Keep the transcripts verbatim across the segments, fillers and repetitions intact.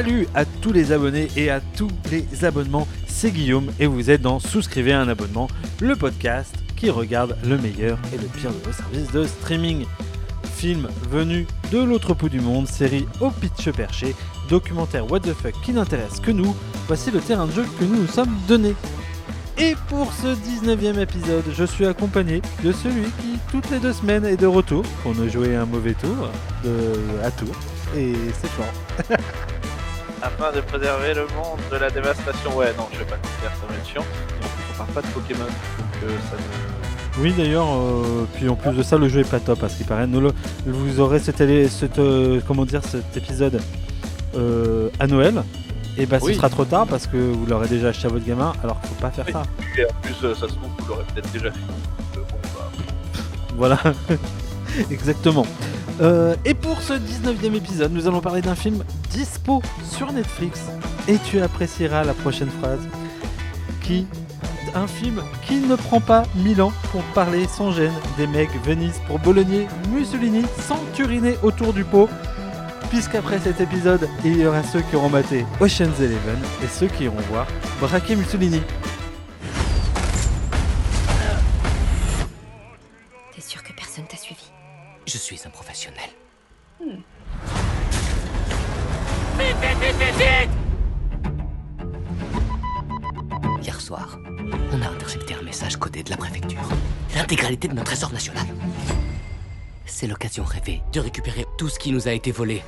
Salut à tous les abonnés et à tous les abonnements, c'est Guillaume et vous êtes dans Souscrivez à un abonnement, le podcast qui regarde le meilleur et le pire de vos services de streaming. Films venus de l'autre bout du monde, séries au pitch perché, documentaires what the fuck qui n'intéressent que nous, voici le terrain de jeu que nous nous sommes donnés. Et pour ce dix-neuvième épisode, je suis accompagné de celui qui, toutes les deux semaines, est de retour pour nous jouer un mauvais tour de... à tour. Et c'est fort. Afin de préserver le monde de la dévastation. Ouais, non, je vais pas te dire, ça va être chiant. Et en plus, on parle pas de Pokémon, donc euh, ça ne... Oui, d'ailleurs, euh, puis en plus de ça, le jeu est pas top, à ce qui paraît. Nous, le, vous aurez cet, cet, euh, comment dire, cet épisode euh, à Noël. Et bah, oui. Ce sera trop tard parce que vous l'aurez déjà acheté à votre gamin, alors qu'il faut pas faire oui. ça. Et en plus, euh, ça se trouve, vous l'aurez peut-être déjà fait. Donc, bon, bah... Voilà, exactement. Euh, et pour ce dix-neuvième épisode, nous allons parler d'un film dispo sur Netflix. Et tu apprécieras la prochaine phrase. Qui, un film qui ne prend pas mille ans pour parler sans gêne des mecs Venise pour Bologna, Mussolini, sans turiner autour du pot. Puisqu'après cet épisode, il y aura ceux qui auront maté Ocean's Eleven et ceux qui iront voir Braquer Mussolini. T'es sûr que personne t'a suivi ? Je suis un professionnel. Hmm. Vite, vite, vite, vite, vite ! Hier soir, on a intercepté un message codé de la préfecture. L'intégralité de notre trésor national. C'est l'occasion rêvée de récupérer tout ce qui nous a été volé.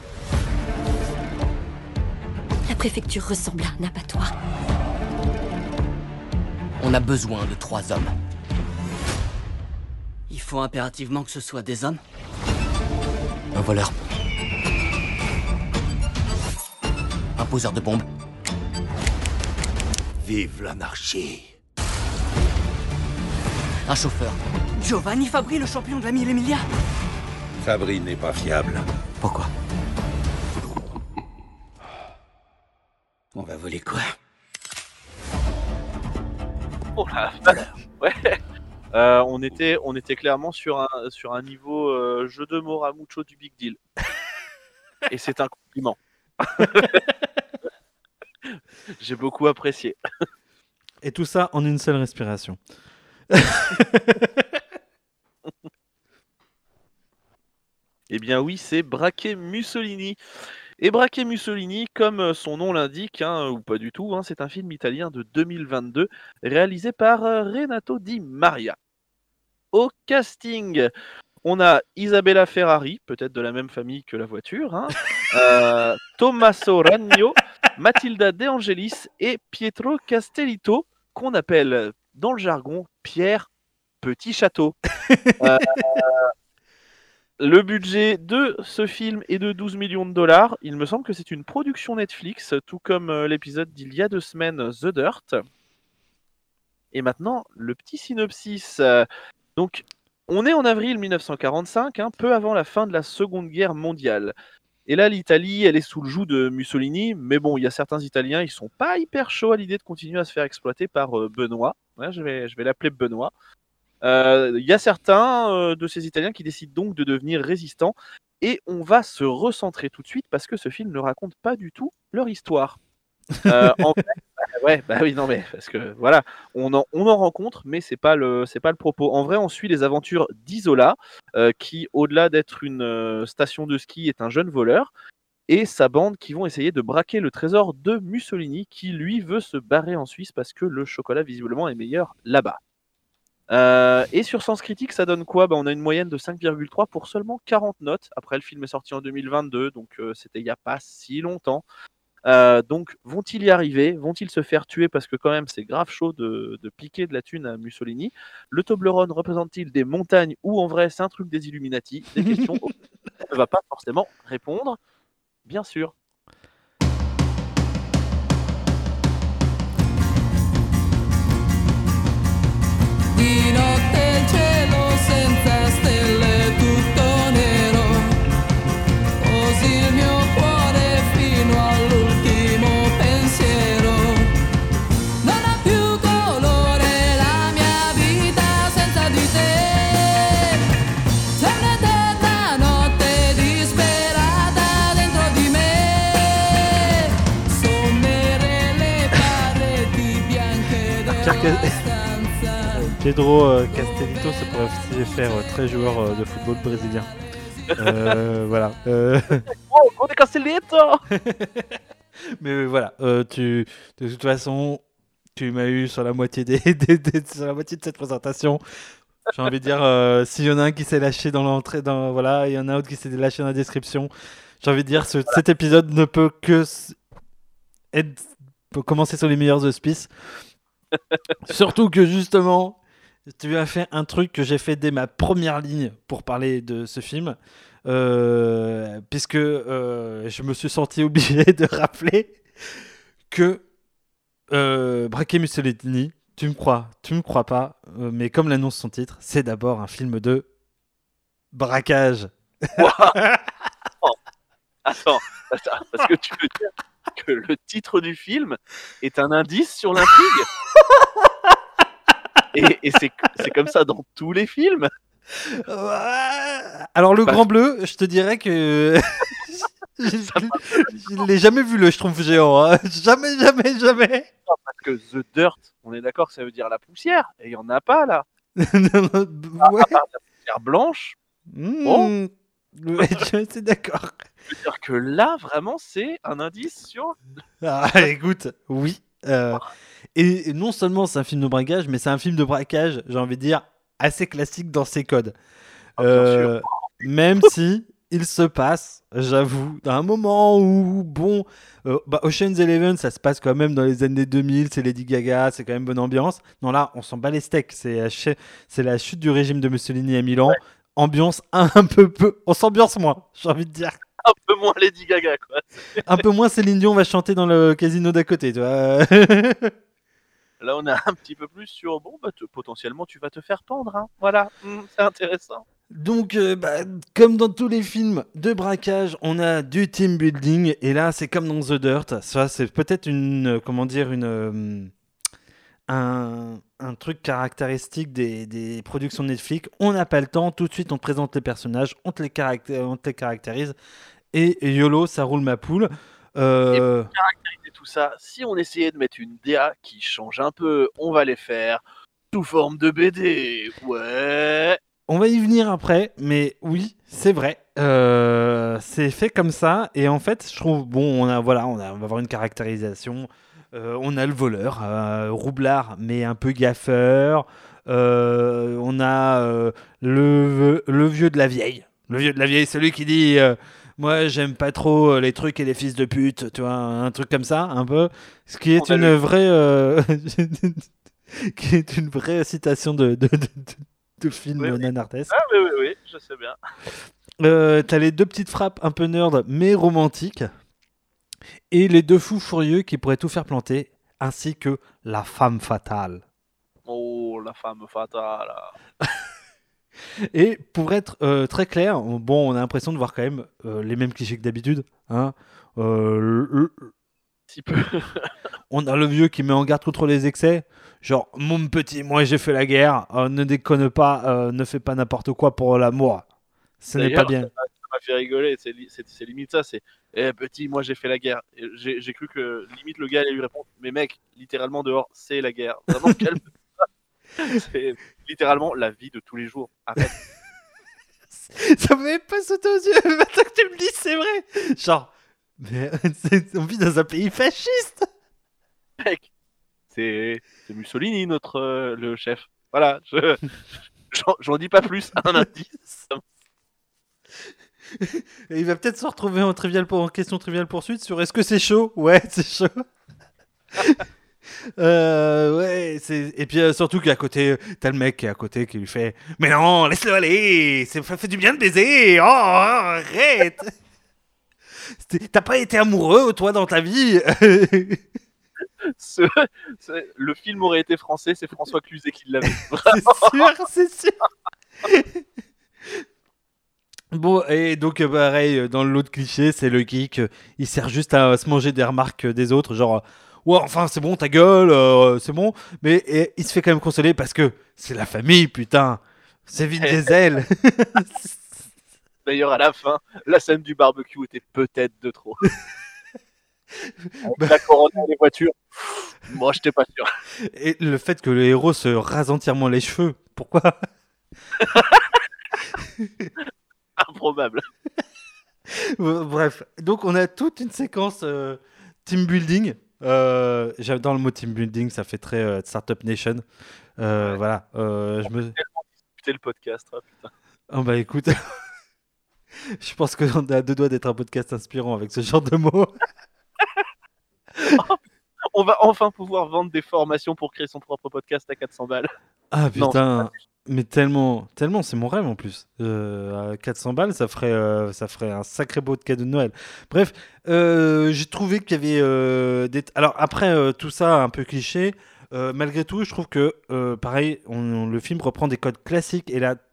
La préfecture ressemble à un abattoir. On a besoin de trois hommes. Il faut impérativement que ce soit des hommes. Un voleur. Un poseur de bombes. Vive l'anarchie. Un chauffeur. Giovanni Fabri, le champion de la mille Emilia. Fabri n'est pas fiable. Pourquoi ? On va voler quoi ? Oh la vache. Ouais. Euh, on était, on était clairement sur un, sur un niveau euh, jeu de mots Ramucho du Big Deal. Et c'est un compliment. J'ai beaucoup apprécié. Et tout ça en une seule respiration. Eh bien oui, c'est Braquer Mussolini. Et Braquer Mussolini, comme son nom l'indique, hein, ou pas du tout, hein, c'est un film italien de deux mille vingt-deux, réalisé par Renato Di Maria. Au casting, on a Isabella Ferrari, peut-être de la même famille que la voiture, hein, euh, Tommaso Ragno, Matilda De Angelis et Pietro Castellitto, qu'on appelle dans le jargon Pierre Petit Château. euh, Le budget de ce film est de douze millions de dollars. Il me semble que c'est une production Netflix, tout comme l'épisode d'il y a deux semaines, The Dirt. Et maintenant, le petit synopsis. Donc, on est en avril dix-neuf cent quarante-cinq, hein, peu avant la fin de la Seconde Guerre mondiale. Et là, l'Italie, elle est sous le joug de Mussolini. Mais bon, il y a certains Italiens, ils sont pas hyper chauds à l'idée de continuer à se faire exploiter par euh, Benoît. Ouais, je vais, je vais l'appeler Benoît. Il euh, y a certains euh, de ces Italiens qui décident donc de devenir résistants et on va se recentrer tout de suite parce que ce film ne raconte pas du tout leur histoire. Euh, en fait, bah, ouais, bah oui, non mais parce que voilà, on en, on en rencontre, mais c'est pas le, c'est pas le propos. En vrai, on suit les aventures d'Isola, euh, qui, au-delà d'être une euh, station de ski, est un jeune voleur, et sa bande qui vont essayer de braquer le trésor de Mussolini, qui lui veut se barrer en Suisse parce que le chocolat visiblement est meilleur là-bas. Euh, et sur Sens Critique, ça donne quoi ? Bah, on a une moyenne de cinq virgule trois pour seulement quarante notes. Après, le film est sorti en deux mille vingt-deux, donc euh, c'était il n'y a pas si longtemps. Euh, donc, vont-ils y arriver ? Vont-ils se faire tuer ? Parce que quand même, c'est grave chaud de, de piquer de la thune à Mussolini. Le Toblerone représente-t-il des montagnes ou en vrai, c'est un truc des Illuminati ? Des questions auxquelles on ne va pas forcément répondre, bien sûr. Di notte il cielo senza stelle tutto nero, così il mio cuore fino all'ultimo pensiero. Non ha più colore la mia vita senza di te. C'è un'eterna notte disperata dentro di me. Pedro euh, Castellito, ça pourrait aussi faire euh, très joueur euh, de football brésilien. Euh, voilà. Euh... Oh, on est cassé les temps. Mais voilà, euh, tu, de toute façon, tu m'as eu sur la moitié des, des- des- sur la moitié de cette présentation. J'ai envie de dire, euh, s'il y en a un qui s'est lâché dans l'entrée, dans voilà, il y en a un autre qui s'est lâché dans la description. J'ai envie de dire, ce- cet épisode ne peut que s- être, peut commencer sur les meilleurs auspices. Surtout que justement, tu as fait un truc que j'ai fait dès ma première ligne pour parler de ce film. Euh, puisque euh, je me suis senti obligé de rappeler que euh, Braquet Mussolini, tu me crois, tu me crois pas, euh, mais comme l'annonce son titre, c'est d'abord un film de braquage. Attends, attends, parce que tu veux dire que le titre du film est un indice sur l'intrigue. Et, et c'est, c'est comme ça dans tous les films. Alors le Parce- Grand Bleu, je te dirais que je, je- je l'ai jamais vu le Schtroumpf géant, hein. Jamais, jamais, jamais. Parce que The Dirt, on est d'accord que ça veut dire la poussière. Et il n'y en a pas là. Non, non, ouais. À part la poussière blanche, Mmh. Bon. Ouais, je suis d'accord. je veux dire que là, vraiment, c'est un indice sur. Ah, écoute, oui. euh, et et non seulement c'est un film de braquage, mais c'est un film de braquage, j'ai envie de dire, assez classique dans ses codes. Ah, bien Euh, même si il se passe, j'avoue, à un moment où, bon, euh, bah, Ocean's Eleven, ça se passe quand même dans les années deux mille, c'est Lady Gaga, c'est quand même bonne ambiance. Non, là, on s'en bat les steaks. C'est la, ch- c'est la chute du régime de Mussolini à Milan. Ambiance un, un peu peu. On s'ambiance moins, j'ai envie de dire. Un peu moins Lady Gaga, quoi. Un peu moins Céline Dion va chanter dans le casino d'à côté, tu vois. Là, on a un petit peu plus sur. Bon, bah, te- potentiellement, tu vas te faire pendre. Hein. Voilà, Hmm, c'est intéressant. Donc, euh, bah, comme dans tous les films de braquage, on a du team building. Et là, c'est comme dans The Dirt. Ça, c'est peut-être une, euh, comment dire, une, euh, un, un truc caractéristique des, des productions Netflix. On n'a pas le temps. Tout de suite, on te présente les personnages, on te les, caracté- on te les caractérise. Et YOLO, ça roule ma poule. Euh, Et tout ça, si on essayait de mettre une D A qui change un peu, on va les faire sous forme de B D. Ouais. On va y venir après, mais oui, c'est vrai. Euh, c'est fait comme ça, et en fait, je trouve bon. On a voilà, on, a, on va avoir une caractérisation. Euh, on a le voleur, euh, roublard, mais un peu gaffeur. Euh, on a euh, le, le vieux de la vieille. Le vieux de la vieille, celui qui dit euh, moi, j'aime pas trop euh, les trucs et les fils de pute, tu vois, un truc comme ça, un peu. Ce qui est On a une le- vraie, euh, qui est une vraie citation de, de, de, de- de film Oui, oui. nanardesque. Ah, oui, oui, oui, je sais bien. Euh, t'as les deux petites frappes un peu nerd mais romantiques, et les deux fous furieux qui pourraient tout faire planter, ainsi que la femme fatale. Oh, la femme fatale. Et pour être euh, très clair, on- bon, on a l'impression de voir quand même euh, les mêmes clichés que d'habitude. Hein. Euh, le- le- Si peu. on a le vieux qui met en garde contre les excès. Genre, mon petit, moi j'ai fait la guerre, euh, ne déconne pas, euh, ne fais pas n'importe quoi pour l'amour. Ce n'est pas D'ailleurs, bien. Ça m'a fait rigoler. C'est, li- c'est, c'est limite ça. C'est eh, petit, moi j'ai fait la guerre. Et J'ai, j'ai cru que limite le gars allait lui répondre mais mec, littéralement dehors, c'est la guerre. Vraiment, calme-toi. C'est littéralement la vie de tous les jours. Arrête. Ça m'avait pas sauté aux yeux, mais maintenant que tu me le dis, c'est vrai. Genre, mais c'est- on vit dans un pays fasciste. Mec, c'est, c'est Mussolini, notre euh, le chef. Voilà, je, j'en, j'en dis pas plus. Un indice. Et il va peut-être se retrouver en, trivial pour, en question triviale poursuite sur est-ce que c'est chaud. Ouais, c'est chaud. Euh, ouais, c'est... Et puis euh, surtout qu'à côté, t'as le mec qui est à côté qui lui fait mais non, laisse-le aller, c'est... ça fait du bien de baiser. Oh, arrête. C'était- T'as pas été amoureux, toi, dans ta vie. Ce- c'est- le film aurait été français, c'est François Cluzet qui l'avait. C'est sûr, c'est sûr. Bon, et donc euh, pareil, euh, dans l'autre cliché, c'est le geek, euh, il sert juste à se manger des remarques euh, des autres, genre, euh, ouais, enfin, c'est bon, ta gueule, euh, c'est bon, mais et, il se fait quand même consoler parce que c'est la famille, putain, c'est Vin Diesel. D'ailleurs, à la fin, la scène du barbecue était peut-être de trop. Avec Bah, la Corona et les voitures. Moi, j'étais pas sûr. et le fait que le héros se rase entièrement les cheveux, pourquoi? Improbable. Bref, donc on a toute une séquence euh, team building. Euh, J'adore le mot team building, ça fait très euh, Startup Nation. Euh, Ouais. Voilà, euh, je me. Écoutez le podcast. Ah, putain. Oh bah écoute, je pense qu'on est à deux doigts d'être un podcast inspirant avec ce genre de mots. On va enfin pouvoir vendre des formations pour créer son propre podcast à quatre cents balles. Ah Non, putain, mais tellement, tellement, c'est mon rêve en plus. Euh, à quatre cents balles, ça ferait, euh, ça ferait un sacré beau de cadeau de Noël. Bref, euh, j'ai trouvé qu'il y avait euh, des. Alors après euh, tout ça un peu cliché, euh, malgré tout, je trouve que euh, pareil, on- on- le film reprend des codes classiques et là,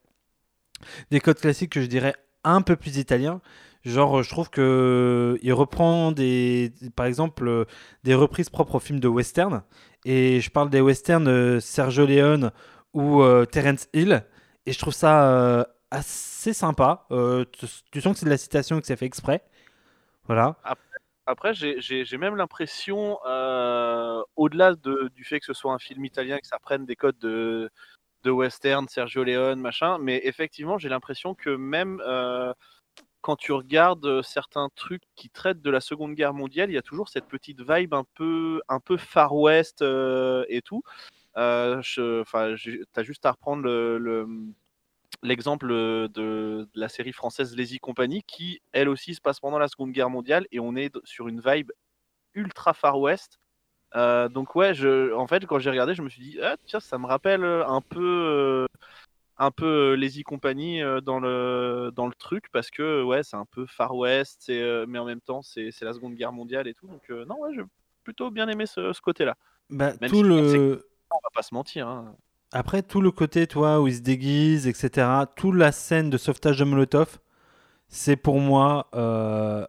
des codes classiques que je dirais un peu plus italiens. Genre, je trouve que il reprend des, par exemple, euh, des reprises propres aux films de western. Et je parle des westerns euh, Sergio Leone ou euh, Terence Hill. Et je trouve ça euh, assez sympa. Euh, tu, tu sens que c'est de la citation et que c'est fait exprès. Voilà. Après, j'ai- j'ai j'ai même l'impression, euh, au-delà de- du fait que ce soit un film italien, que ça prenne des codes de, de western, Sergio Leone, machin, mais effectivement, j'ai l'impression que même euh, quand tu regardes euh, certains trucs qui traitent de la Seconde Guerre mondiale, il y a toujours cette petite vibe un peu, un peu Far West euh, et tout. Euh, je- Enfin, j'ai- t'as juste à reprendre le, le- l'exemple de, de la série française Les Y Company, qui elle aussi se passe pendant la Seconde Guerre mondiale, et on est sur une vibe ultra Far West. Euh, donc ouais, je, en fait, quand j'ai regardé, je me suis dit, ah, tiens, ça me rappelle un peu, euh, un peu euh, les Y Company euh, dans le dans le truc, parce que ouais, c'est un peu Far West, c'est, euh, mais en même temps, c'est c'est la Seconde Guerre mondiale et tout. Donc euh, non, ouais, j'ai plutôt bien aimé ce, ce côté-là. Bah, Même tout si c'est que le. on va pas se mentir. Hein. Après, tout le côté, toi, où il se déguise, et cetera. Toute la scène de sauvetage de Molotov, c'est pour moi euh,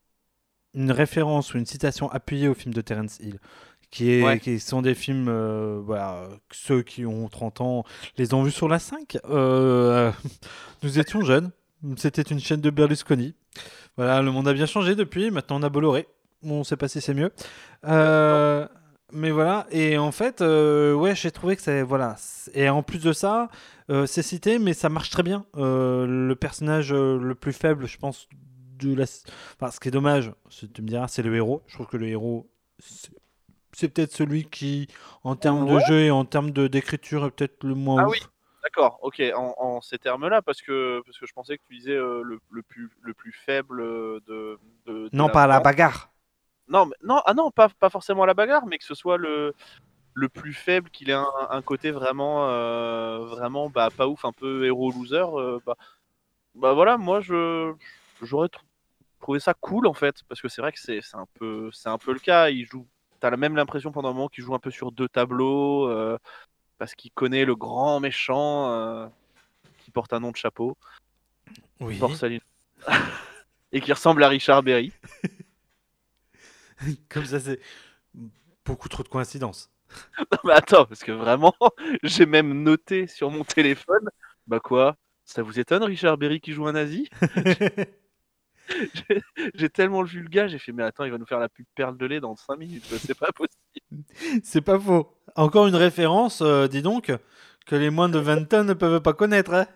une référence ou une citation appuyée au film de Terence Hill, qui, est, Ouais. qui sont des films, euh, voilà, ceux qui ont trente ans les ont vus sur la cinq. Euh, nous étions jeunes, c'était une chaîne de Berlusconi. Voilà, le monde a bien changé depuis, maintenant on a Bolloré. Bon, on ne sait pas si c'est mieux. Euh, mais voilà, et en fait, euh, ouais, j'ai trouvé que c'est. Voilà. Et en plus de ça, euh, c'est cité, mais ça marche très bien. Euh, le personnage euh, le plus faible, je pense, de la. Enfin, ce qui est dommage, c'est- tu me diras, c'est le héros. Je trouve que le héros, c'est c'est peut-être celui qui, en termes de Ouais. jeu et en termes de- d'écriture, est peut-être le moins Ah ouf. oui, d'accord, ok, en, en ces termes-là, parce que, parce que je pensais que tu disais euh, le, le plus, le plus faible euh, de, de, de Non, la pas à la bande. bagarre. Non, mais- non, ah non, pas, pas forcément la bagarre, mais que ce soit le, le plus faible, qu'il ait un, un côté vraiment, euh, vraiment bah, pas ouf, un peu héros loser. euh, bah, bah voilà, moi je j'aurais tr- trouvé ça cool en fait, parce que c'est vrai que c'est c'est un peu, c'est un peu le cas. Il joue, t'as la même l'impression pendant un moment qu'il joue un peu sur deux tableaux, euh, parce qu'il connaît le grand méchant euh, qui porte un nom de chapeau. Oui. Borsalino. Et qui ressemble à Richard Berry. Comme ça, c'est beaucoup trop de coïncidences. Non, mais attends, parce que vraiment, j'ai même noté sur mon téléphone. Bah quoi? Ça vous étonne, Richard Berry qui joue un nazi? J'ai- J'ai tellement vu le gars, j'ai fait, mais attends, il va nous faire la pub perle de lait dans cinq minutes. C'est pas possible. C'est pas faux. Encore une référence, euh, dis donc, que les moins de vingt ans ne peuvent pas connaître. Hein.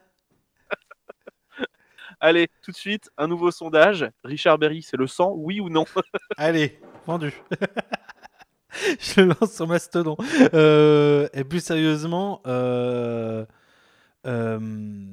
Allez, tout de suite, un nouveau sondage. Richard Berry, c'est le sang, oui ou non? Allez, vendu. Je le lance sur Mastodon. Euh, et plus sérieusement, euh, euh,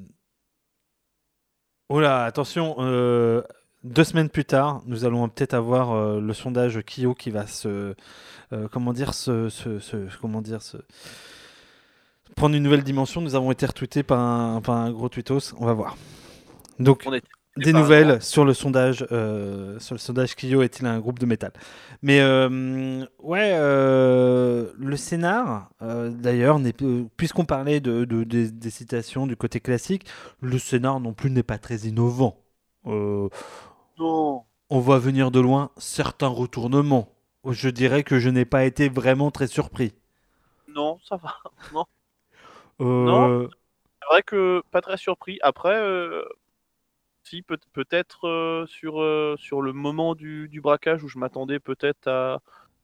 oh là, attention, euh, deux semaines plus tard, nous allons peut-être avoir euh, le sondage Kyo qui va se, euh, comment dire, se, se- se- comment dire, se prendre une nouvelle dimension. Nous avons été retweetés par un, par un gros tweetos. On va voir. Donc, On est des par un nouvelles sur le sondage, euh, sur le sondage Kyo est-il un groupe de métal? Mais euh, ouais, euh, le scénar, euh, d'ailleurs, n'est p- puisqu'on parlait de, de- des- des citations du côté classique, le scénar non plus n'est pas très innovant. Euh, Non. on voit venir de loin certains retournements. Je dirais que je n'ai pas été vraiment très surpris. Non, ça va. Non. Euh, Non. C'est vrai que pas très surpris. Après, euh, si peut- peut-être euh, sur, euh, sur le moment du, du braquage où je m'attendais peut-être à,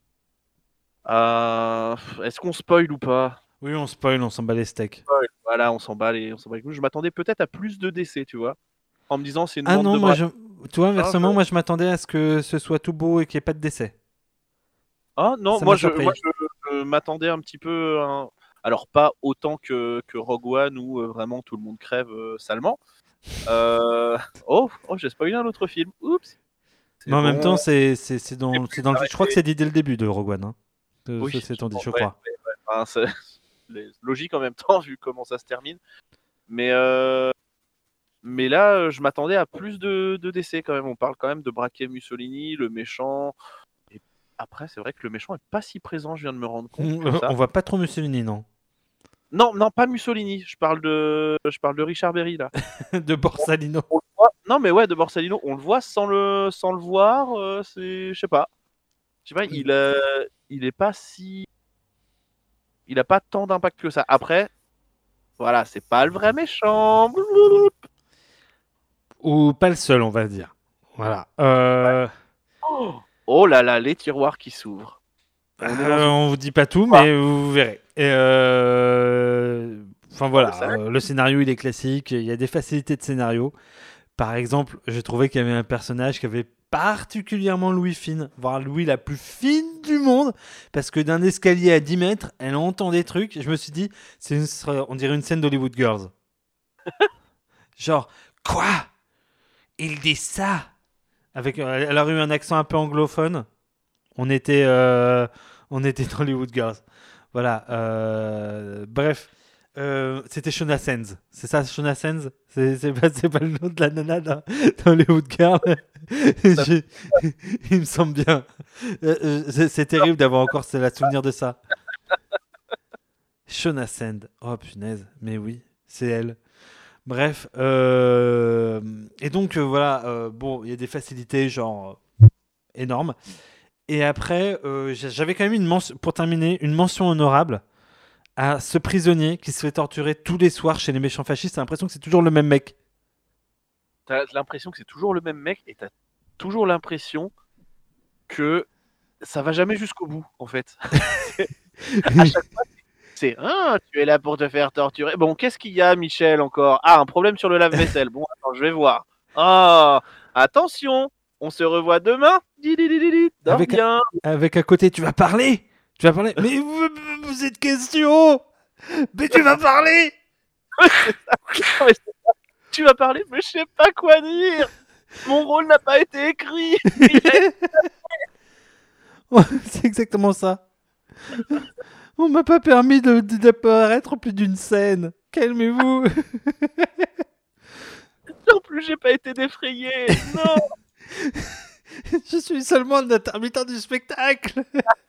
à... Est-ce qu'on spoil ou pas? Oui, on spoil, on s'en bat les steaks. Spoil. Voilà, on s'en bat les, on s'en bat les couilles. Je m'attendais peut-être à plus de décès, tu vois, en me disant c'est une Ah bande non, de moi, braqueurs. je... tu vois, inversement, je- moi je m'attendais à ce que ce soit tout beau et qu'il n'y ait pas de décès. Ah non, Ça moi m'a je, surpris. moi, je, je m'attendais un petit peu, à un- alors pas autant que, que Rogue One où euh, vraiment tout le monde crève euh, salement. Euh, Oh, oh j'ai spoilé un autre film. Oups. C'est Mais en même bon. temps, c'est c'est- c'est dans, C'est c'est dans le... Je crois que arrêté. c'est dit dès le début de Rogue One. Hein. Euh, Oui, Ceci étant dit, pense, je ouais, crois. ouais, ouais. Enfin, c'est les- logique en même temps vu comment ça se termine. Mais euh, mais là, euh, je m'attendais à plus de, de décès quand même. On parle quand même de braquer Mussolini, le méchant. Et après, c'est vrai que le méchant est pas si présent. Je viens de me rendre compte que On ça. voit pas trop Mussolini, non. Non, non, pas Mussolini. Je parle de, je parle de Richard Berry là. De Borsalino. On le voit. Non, mais ouais, de Borsalino, on le voit sans le, sans le voir. euh, c'est, je sais pas. Je sais pas. Il, euh, il est pas si, il a pas tant d'impact que ça. Après, voilà, c'est pas le vrai méchant. Ou pas le seul, on va dire. Voilà. Euh... Oh, oh là là, les tiroirs qui s'ouvrent. On est dans Euh, une- on vous dit pas tout, Ah. mais vous verrez. Et euh, Enfin voilà, ça va. euh, le scénario il est classique. Il y a des facilités de scénario. Par exemple, j'ai trouvé qu'il y avait un personnage qui avait particulièrement Louis fine, voire Louis la plus fine du monde, parce que d'un escalier à dix mètres, elle entend des trucs. Je me suis dit, c'est une- on dirait une scène d'Hollywood Girls. Genre, quoi? Il dit ça? Avec, euh, elle aurait eu un accent un peu anglophone. On était, euh, on était dans Hollywood Girls. Voilà. euh, bref, euh, c'était Shona Sands. C'est ça, Shona Sands. C'est, c'est pas, c'est pas le nom de la nana dans, dans Hollywood Girls. J'ai- Il me semble bien. Euh, euh, c'est, c'est terrible d'avoir encore ce- la souvenir de ça. Shona Sands. Oh punaise. Mais oui, c'est elle. Bref. euh, Et donc euh, voilà. euh, bon, il y a des facilités genre euh, énormes. Et après, euh, j'a- j'avais quand même une mention, pour terminer, une mention honorable à ce prisonnier qui se fait torturer tous les soirs chez les méchants fascistes. T'as l'impression que c'est toujours le même mec. T'as l'impression que c'est toujours le même mec et t'as toujours l'impression que ça va jamais jusqu'au bout, en fait. À chaque fois, c'est ah, tu es là pour te faire torturer. Bon, qu'est-ce qu'il y a, Michel, encore? Ah, un problème sur le lave-vaisselle. Bon, attends, je vais voir. Ah, attention, on se revoit demain. Dididididi, dors Avec- bien. Avec à côté, tu vas parler. Tu vas parler. Mais vous, vous- cette question. Mais tu vas parler. Tu vas parler, mais je sais pas quoi dire. Mon rôle n'a pas été écrit. Ouais, c'est exactement ça. On m'a pas permis de, de- d'apparaître plus d'une scène. Calmez-vous. En plus, j'ai pas été défrayé. Non. Je suis seulement un intermittent du spectacle.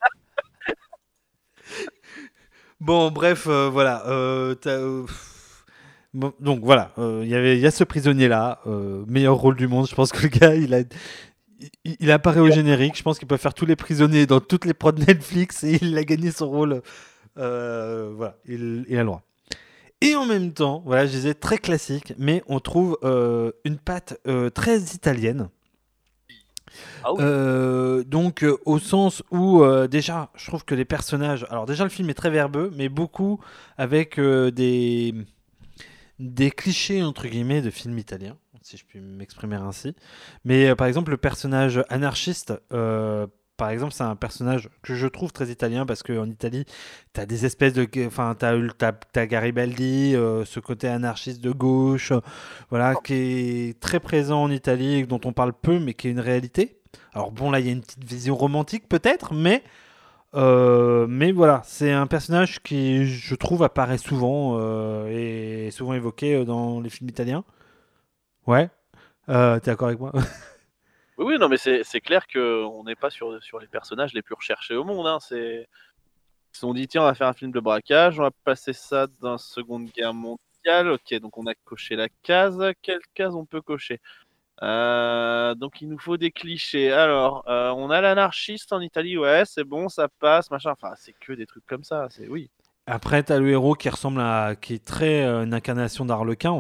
Bon, bref, euh, voilà. euh, t'as, euh, pff, bon, donc voilà, euh, il y avait, il y a ce prisonnier-là, euh, meilleur rôle du monde. Je pense que le gars, il a, il, il apparaît au générique. Je pense qu'il peut faire tous les prisonniers dans toutes les prods Netflix et il a gagné son rôle. Euh, voilà, il, il a le droit. Et en même temps, voilà, je disais très classique, mais on trouve euh, une patte euh, très italienne. Ah oui. Euh, donc euh, au sens où euh, déjà je trouve que les personnages, alors déjà le film est très verbeux mais beaucoup avec euh, des des clichés entre guillemets de films italiens, si je puis m'exprimer ainsi, mais euh, par exemple le personnage anarchiste, euh, par exemple c'est un personnage que je trouve très italien parce qu'en Italie t'as des espèces de, enfin t'as, t'as, t'as Garibaldi, euh, ce côté anarchiste de gauche, euh, voilà, qui est très présent en Italie et dont on parle peu mais qui est une réalité. Alors bon là il y a une petite vision romantique peut-être, mais euh, mais voilà, c'est un personnage qui je trouve apparaît souvent euh, et est souvent évoqué euh, dans les films italiens. Ouais, euh, t'es d'accord avec moi? Oui, oui, non, mais c'est c'est clair qu'on n'est pas sur, sur les personnages les plus recherchés au monde. Hein. C'est... Ils se sont dit, tiens, on va faire un film de braquage, on va passer ça dans la Seconde Guerre mondiale. Ok, donc on a coché la case. Quelle case on peut cocher? Euh, donc il nous faut des clichés. Alors, euh, on a l'anarchiste en Italie, ouais, c'est bon, ça passe, machin. Enfin, c'est que des trucs comme ça, c'est oui. Après t'as le héros qui ressemble à, qui est très euh, une incarnation d'Arlequin en fait.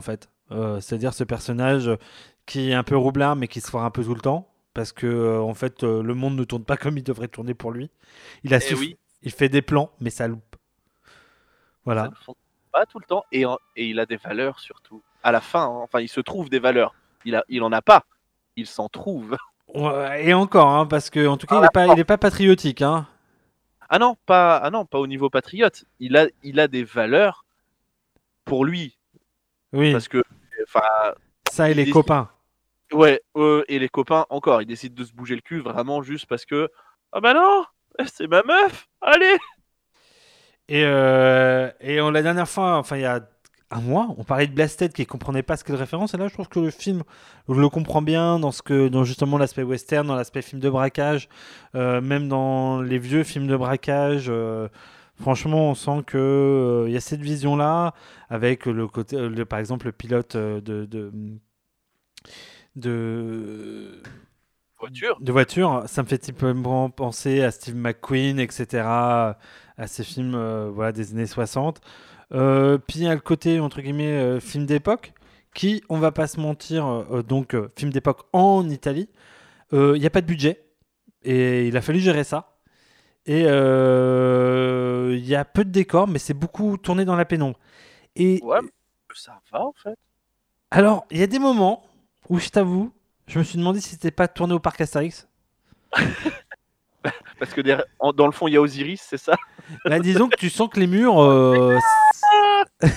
euh, c'est-à-dire ce personnage qui est un peu roublard mais qui se foire un peu tout le temps parce que euh, en fait euh, le monde ne tourne pas comme il devrait tourner pour lui. Il a Eh su- oui. il fait des plans mais ça loupe. Ça Voilà. ne fonctionne pas tout le temps et, en- et il a des valeurs surtout. À la fin, hein, enfin, il se trouve des valeurs. Il a, il en a pas. Il s'en trouve. Ouais, et encore hein, parce que en tout cas Ah, il est pas il est pas patriotique hein. Ah non, pas, ah non, pas au niveau patriote. Il a, il a des valeurs pour lui Oui, parce que, enfin, ça et il les décide- copains. ouais, euh, et les copains encore, ils décident de se bouger le cul vraiment juste parce que, ah bah non, c'est ma meuf. Allez. Et, euh, et on, la dernière fois, enfin il y a un mois, on parlait de Blasted qui comprenait pas ce qu'est le référence. Et là, je trouve que le film, je le comprends bien dans ce que, dans justement l'aspect western, dans l'aspect film de braquage, euh, même dans les vieux films de braquage. euh, franchement, on sent que euh, il y a cette vision-là avec le côté, euh, le- par exemple, le pilote euh, de de, de Voiture. de voiture, ça me fait typiquement penser à Steve McQueen, et cetera, à ces films euh, voilà, des années soixante. Euh, puis il y a le côté, entre guillemets, euh, film d'époque, qui, on va pas se mentir, euh, donc euh, film d'époque en Italie, il n'y a pas de budget, et il a fallu gérer ça. Et euh, il y a peu de décors, mais c'est beaucoup tourné dans la pénombre. Et Ouais, mais ça va en fait. alors, il y a des moments où, je t'avoue, je me suis demandé si c'était pas tourné au parc Astérix. Parce que derrière- en- dans le fond, il y a Osiris, c'est ça. Là, disons que tu sens que les murs. euh, c'est-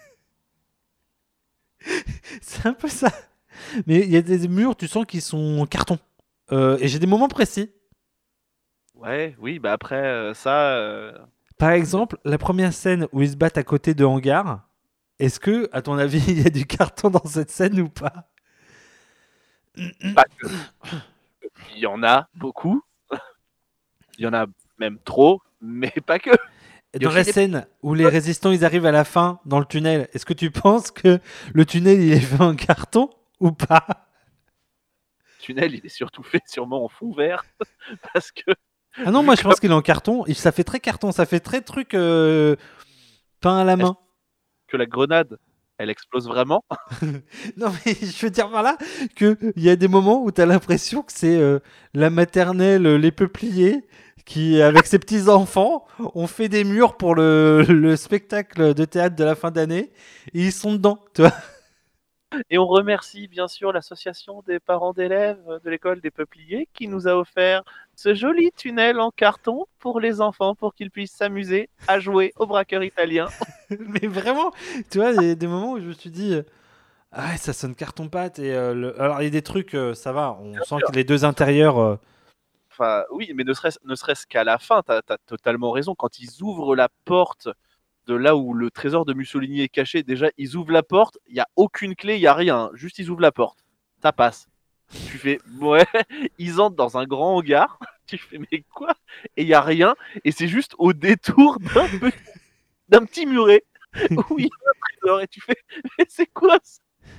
c'est un peu ça. Mais il y a des murs, tu sens qu'ils sont en carton. Euh, et j'ai des moments précis. Ouais, oui, bah après euh, ça, euh, Par exemple, la première scène où ils se battent à côté de hangars. Est-ce que, à ton avis, il y a du carton dans cette scène ou pas? pas que. Il y en a beaucoup. Il y en a même trop, mais pas que. Dans aussi la des- scène où les résistants ils arrivent à la fin dans le tunnel, est-ce que tu penses que le tunnel il est fait en carton ou pas? Le tunnel, il est surtout fait sûrement en fond vert. Parce que. Ah non, moi je pense qu'il est en carton. Et ça fait très carton, ça fait très truc euh, peint à la main. que la grenade, elle explose vraiment. Non mais je veux dire par là qu'il y a des moments où tu as l'impression que c'est euh, la maternelle, euh, les peupliers, qui avec ses petits-enfants ont fait des murs pour le, le spectacle de théâtre de la fin d'année et ils sont dedans, tu vois. Et on remercie bien sûr l'association des parents d'élèves de l'école des Peupliers qui nous a offert ce joli tunnel en carton pour les enfants pour qu'ils puissent s'amuser à jouer au braqueur italien. Mais vraiment, tu vois, il y a des moments où je me suis dit, euh, ah ouais, ça sonne carton-pâte. Et, euh, le- alors, il y a des trucs, euh, ça va, on sent que les deux intérieurs. euh, Enfin, oui, mais ne serait-ce, ne serait-ce qu'à la fin, t'as, t'as totalement raison. Quand ils ouvrent la porte de là où le trésor de Mussolini est caché, déjà, ils ouvrent la porte, il n'y a aucune clé, il n'y a rien. Juste, ils ouvrent la porte. Ça passe. Tu fais, ouais, ils entrent dans un grand hangar. Tu fais, mais quoi? Et il n'y a rien. Et c'est juste au détour d'un petit, d'un petit muret où il y a un trésor. Et tu fais, mais c'est quoi ça?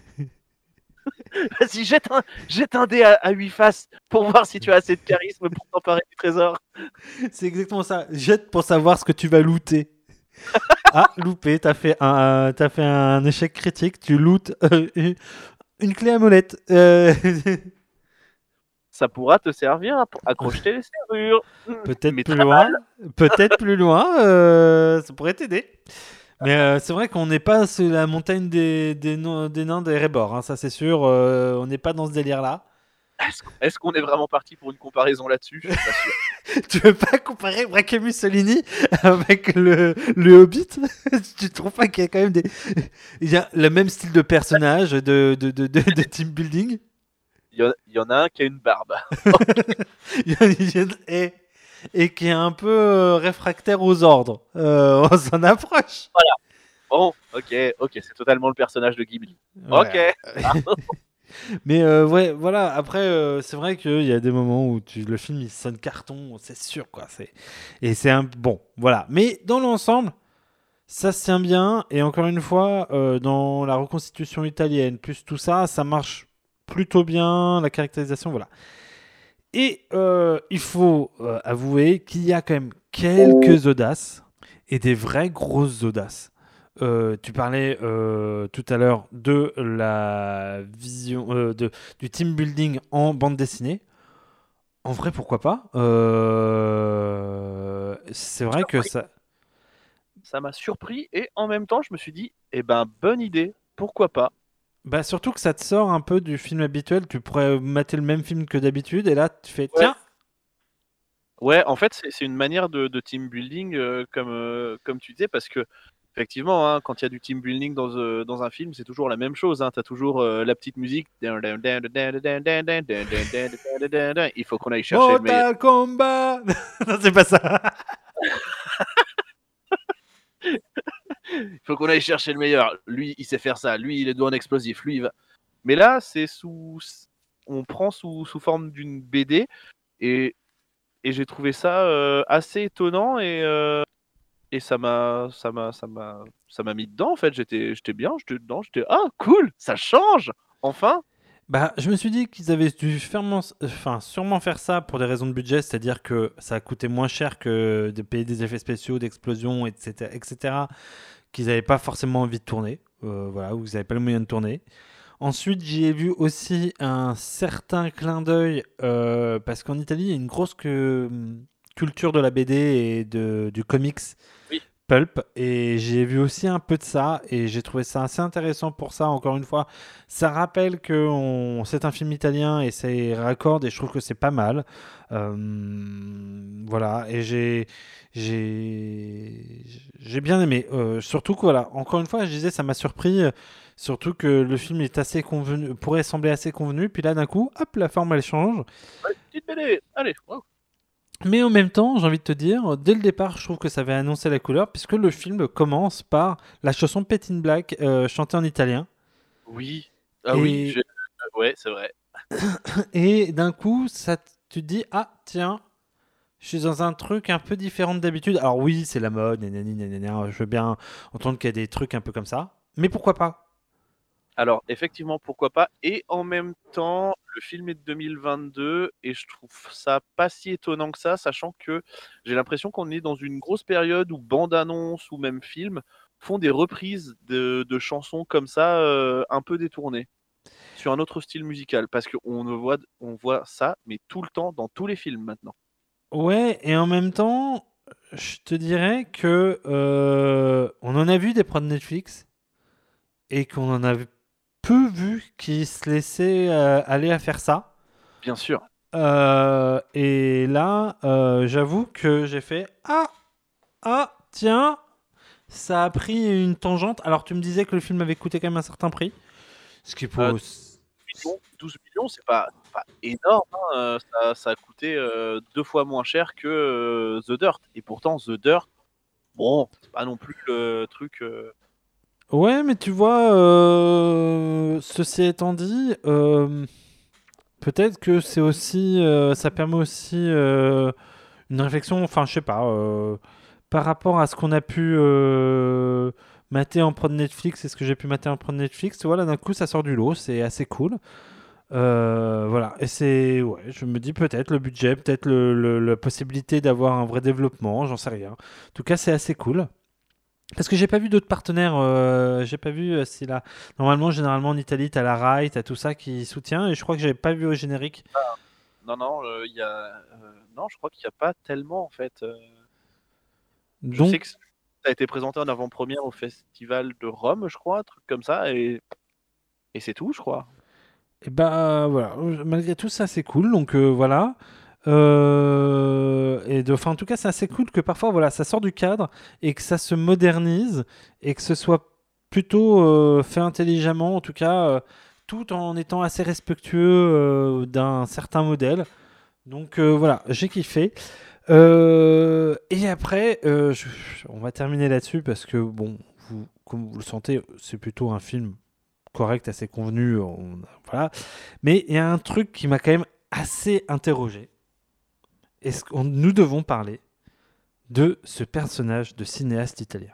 Vas-y, jette un, jette un dé à, à huit faces pour voir si tu as assez de charisme pour t'emparer du trésor. C'est exactement ça. Jette pour savoir ce que tu vas looter. Ah, loupé, t'as fait un, t'as fait un échec critique. Tu lootes euh, une, une clé à molette. Euh, Ça pourra te servir à à crocheter les serrures. peut-être Mais plus très loin. Peut-être plus loin. euh, ça pourrait t'aider. Mais euh, c'est vrai qu'on n'est pas sur la montagne des, des, no- des nains des Rébors, hein, ça c'est sûr. euh, on n'est pas dans ce délire-là. Est-ce, est-ce qu'on est vraiment parti pour une comparaison là-dessus? Je suis pas sûr. Tu veux pas comparer Braque Mussolini avec le, le Hobbit? Tu trouves pas qu'il y a quand même des. Il y a le même style de personnage, de, de, de, de, de team building? Il y, en, il y en a un qui a une barbe. Il y a- il y a- et, et qui est un peu euh, réfractaire aux ordres. Euh, on s'en approche. Bon, ok, ok, c'est totalement le personnage de Ghibli. Ouais. Ok. Mais euh, ouais, voilà. Après, euh, c'est vrai qu'il y a des moments où tu, le film il sonne carton, c'est sûr quoi. C'est et c'est un bon, voilà. Mais dans l'ensemble, ça se tient bien. Et encore une fois, euh, dans la reconstitution italienne, plus tout ça, ça marche plutôt bien. La caractérisation, voilà. Et euh, il faut euh, avouer qu'il y a quand même quelques audaces et des vraies grosses audaces. Euh, tu parlais euh, tout à l'heure de la vision euh, de, du team building en bande dessinée. En vrai, pourquoi pas. Euh, C'est vrai que Surpris. ça. Ça m'a surpris et en même temps, je me suis dit, eh ben, bonne idée, pourquoi pas. Bah, surtout que ça te sort un peu du film habituel. Tu pourrais mater le même film que d'habitude et là, tu fais Ouais. tiens. Ouais, en fait, c'est c'est une manière de, de team building, euh, comme, euh, comme tu disais, parce que, effectivement, hein, quand il y a du team building dans, euh, dans un film, c'est toujours la même chose. Hein. Tu as toujours euh, la petite musique. Il faut qu'on aille chercher le meilleur. Mortal Kombat. Non, c'est pas ça. Il faut qu'on aille chercher le meilleur. Lui, il sait faire ça. Lui, il est doué en explosif. Lui, il va. Mais là, c'est sous. On prend sous, sous forme d'une B D et, et j'ai trouvé ça euh, assez étonnant et, euh, et ça m'a ça m'a ça m'a ça m'a mis dedans en fait. J'étais j'étais bien, j'étais dedans, j'étais ah cool, ça change enfin. Bah, je me suis dit qu'ils avaient dû fermement- enfin, sûrement faire ça pour des raisons de budget, c'est-à-dire que ça a coûté moins cher que de payer des effets spéciaux, d'explosions, et cetera, et cetera, qu'ils n'avaient pas forcément envie de tourner, euh, voilà, ou qu'ils n'avaient pas le moyen de tourner. Ensuite, j'y ai vu aussi un certain clin d'œil, euh, parce qu'en Italie, il y a une grosse que- culture de la B D et de, du comics Oui. pulp, et j'ai vu aussi un peu de ça, et j'ai trouvé ça assez intéressant pour ça. Encore une fois, ça rappelle que on- c'est un film italien et c'est raccorde, et je trouve que c'est pas mal. Euh, voilà, et j'ai j'ai j'ai bien aimé. Euh, surtout que voilà, encore une fois, je disais, ça m'a surpris. euh, Surtout que le film est assez convenu, pourrait sembler assez convenu, puis là d'un coup, hop, la forme elle change. Ouais, petite B D, allez. Wow. Mais en même temps, j'ai envie de te dire, dès le départ, je trouve que ça avait annoncé la couleur, puisque le film commence par la chanson Pet in Black, euh, chantée en italien. Oui. Ah Et- oui. je- Ouais, c'est vrai. Et d'un coup, ça, t- tu te dis, ah tiens, je suis dans un truc un peu différent d'habitude. Alors oui, c'est la mode, nanani, nanana, je veux bien entendre qu'il y a des trucs un peu comme ça, mais pourquoi pas? Alors, effectivement, pourquoi pas. Et en même temps, le film est de deux mille vingt-deux et je trouve ça pas si étonnant que ça, sachant que j'ai l'impression qu'on est dans une grosse période où bande-annonce ou même film font des reprises de, de chansons comme ça, euh, un peu détournées, sur un autre style musical. Parce qu'on voit, on voit ça, mais tout le temps, dans tous les films maintenant. Ouais, et en même temps, je te dirais que euh, on en a vu des prods Netflix et qu'on en a peu vu qui se laissaient euh, aller à faire ça. Bien sûr. Euh, et là, euh, j'avoue que j'ai fait ah ah tiens, ça a pris une tangente. Alors tu me disais que le film avait coûté quand même un certain prix, ce qui pour Euh, Millions, douze millions, c'est pas, pas énorme. Hein. euh, Ça, ça a coûté euh, deux fois moins cher que euh, The Dirt. Et pourtant, The Dirt, bon, c'est pas non plus le truc. euh, Ouais, mais tu vois, euh, ceci étant dit, euh, peut-être que c'est aussi, euh, ça permet aussi euh, une réflexion, enfin, je sais pas, euh, par rapport à ce qu'on a pu euh, mater en prod Netflix et ce que j'ai pu mater en prod Netflix, voilà, d'un coup, ça sort du lot, c'est assez cool. Euh, voilà, et c'est, ouais, je me dis peut-être le budget, peut-être le, le- la possibilité d'avoir un vrai développement, j'en sais rien. En tout cas, c'est assez cool. Parce que j'ai pas vu d'autres partenaires, euh, j'ai pas vu euh, si là. Normalement, généralement en Italie, t'as la Rai, t'as tout ça qui soutient, et je crois que j'avais pas vu au générique. Non, non, euh, il y a, euh, non, je crois qu'il n'y a pas tellement en fait. euh, Je Donc, sais que ça a été présenté en avant-première au festival de Rome, je crois, un truc comme ça, et, et c'est tout, je crois. et bah voilà, malgré tout, ça c'est cool. Donc euh, voilà. Euh, et de, enfin, en tout cas, c'est assez cool que parfois, voilà, ça sort du cadre et que ça se modernise et que ce soit plutôt euh, fait intelligemment, en tout cas, euh, tout en étant assez respectueux euh, d'un certain modèle. Donc euh, voilà, j'ai kiffé. Euh, et après, euh, je- on va terminer là-dessus parce que, bon, vous, comme vous le sentez, c'est plutôt un film correct, assez convenu. on- voilà. Mais il y a un truc qui m'a quand même assez interrogé. Est-ce que nous devons parler de ce personnage de cinéaste italien?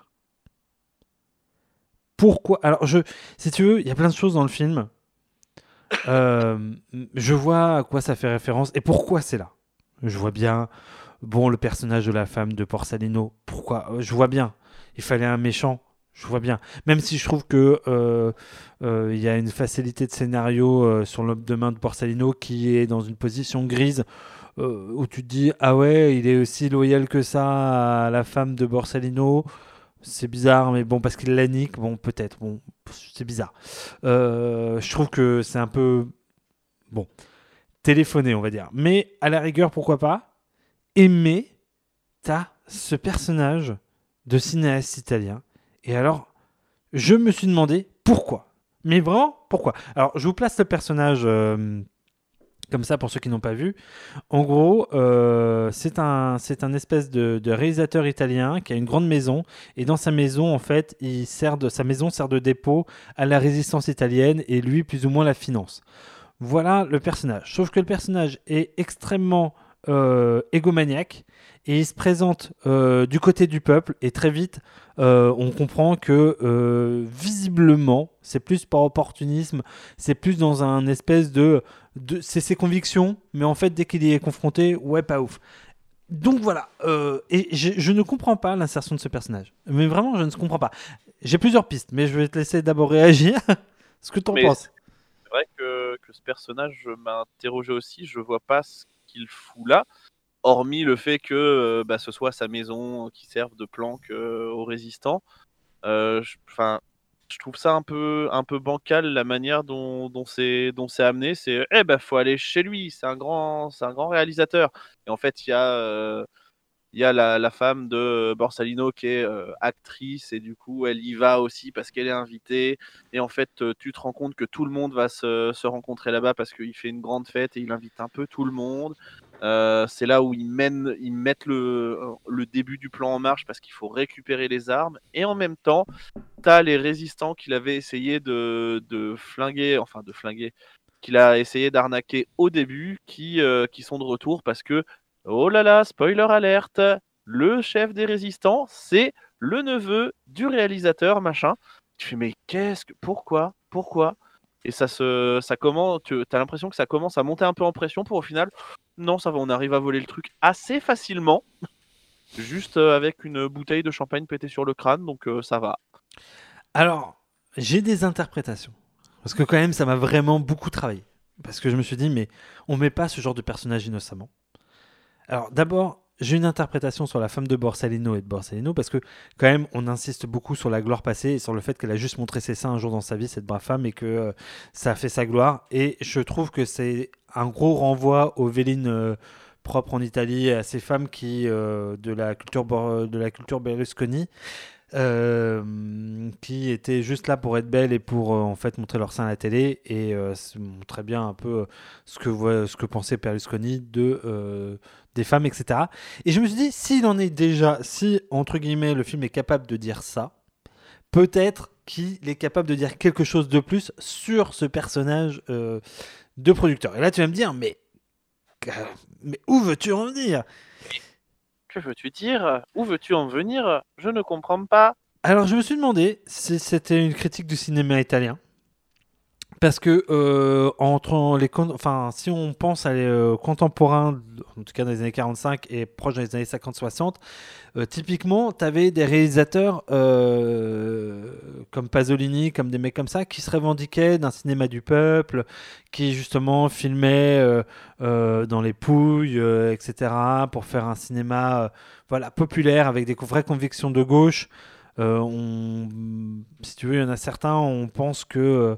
Pourquoi? Alors, je, si tu veux, il y a plein de choses dans le film. Euh, je vois à quoi ça fait référence et pourquoi c'est là. Je vois bien, bon, le personnage de la femme de Borsalino. Pourquoi? Je vois bien. Il fallait un méchant. je vois bien. Même si je trouve que euh, euh, il y a une facilité de scénario euh, sur l'homme de main de Borsalino qui est dans une position grise euh, où tu te dis ah ouais, il est aussi loyal que ça à la femme de Borsalino. C'est bizarre, mais bon, parce qu'il la nique, bon, peut-être, bon, c'est bizarre. Euh, je trouve que c'est un peu, bon, téléphoné, on va dire. Mais à la rigueur, pourquoi pas. Mais t'as ce personnage de cinéaste italien. Et alors, je me suis demandé pourquoi. Mais vraiment, pourquoi. Alors, je vous place le personnage euh, comme ça pour ceux qui n'ont pas vu. En gros, euh, c'est un, c'est un espèce de, de réalisateur italien qui a une grande maison. Et dans sa maison, en fait, il sert de, sa maison sert de dépôt à la résistance italienne et lui, plus ou moins, la finance. Voilà le personnage. Sauf que le personnage est extrêmement euh, égomaniaque et il se présente euh, du côté du peuple et très vite euh, on comprend que euh, visiblement c'est plus par opportunisme, c'est plus dans un espèce de, de c'est ses convictions, mais en fait dès qu'il y est confronté, ouais pas ouf. Donc voilà, euh, et je, je ne comprends pas l'insertion de ce personnage, mais vraiment je ne comprends pas. J'ai plusieurs pistes, mais je vais te laisser d'abord réagir. Ce que tu en Mais penses. C'est vrai que, que ce personnage m'a interrogé aussi, je vois pas ce qu'il fout là, hormis le fait que euh, bah, ce soit sa maison qui serve de planque euh, aux résistants. Euh, je, 'fin, je trouve ça un peu, un peu bancal la manière dont, dont c'est dont c'est amené. C'est eh ben faut aller chez lui, c'est un grand, c'est un grand réalisateur. Et en fait, il y a euh, il y a la, la femme de Borsalino qui est euh, actrice et du coup elle y va aussi parce qu'elle est invitée. Et en fait, euh, tu te rends compte que tout le monde va se, se rencontrer là-bas parce qu'il fait une grande fête et il invite un peu tout le monde. Euh, c'est là où ils, mènent, ils mettent le, le début du plan en marche parce qu'il faut récupérer les armes. Et en même temps, tu as les résistants qu'il avait essayé de, de flinguer, enfin de flinguer, qu'il a essayé d'arnaquer au début, qui, euh, qui sont de retour parce que oh là là, spoiler alerte, le chef des résistants, c'est le neveu du réalisateur, machin. Tu fais, mais qu'est-ce que. Pourquoi Pourquoi Et ça se. Ça commence. Tu as l'impression que ça commence à monter un peu en pression pour au final. Non, ça va, on arrive à voler le truc assez facilement. Juste euh, avec une bouteille de champagne pétée sur le crâne, donc euh, ça va. Alors, j'ai des interprétations. Parce que quand même, ça m'a vraiment beaucoup travaillé. Parce que je me suis dit, mais on met pas ce genre de personnage innocemment. Alors d'abord, j'ai une interprétation sur la femme de Borsalino et de Borsalino parce que quand même, on insiste beaucoup sur la gloire passée et sur le fait qu'elle a juste montré ses seins un jour dans sa vie, cette brave femme, et que euh, ça a fait sa gloire. Et je trouve que c'est un gros renvoi aux vélines euh, propres en Italie, à ces femmes qui euh, de la culture Bor- de la culture Berlusconi. Euh, qui étaient juste là pour être belles et pour euh, en fait montrer leur sein à la télé et euh, montrer bien un peu euh, ce que voit, ce que pensait Berlusconi de euh, des femmes, et cetera. Et je me suis dit, s'il en est déjà, si entre guillemets le film est capable de dire ça, peut-être qu'il est capable de dire quelque chose de plus sur ce personnage euh, de producteur. Et là, tu vas me dire, mais mais où veux-tu en venir ? Que veux-tu dire ? Où veux-tu en venir ? Je ne comprends pas. Alors, je me suis demandé si c'était une critique du cinéma italien. Parce que, euh, entre les, enfin, si on pense à les euh, contemporains, en tout cas dans les années quarante-cinq et proche des années cinquante soixante, euh, typiquement, tu avais des réalisateurs euh, comme Pasolini, comme des mecs comme ça, qui se revendiquaient d'un cinéma du peuple, qui justement filmaient euh, euh, dans les Pouilles, euh, et cetera, pour faire un cinéma euh, voilà, populaire, avec des vraies convictions de gauche. Euh, on, si tu veux, il y en a certains, on pense que... Euh,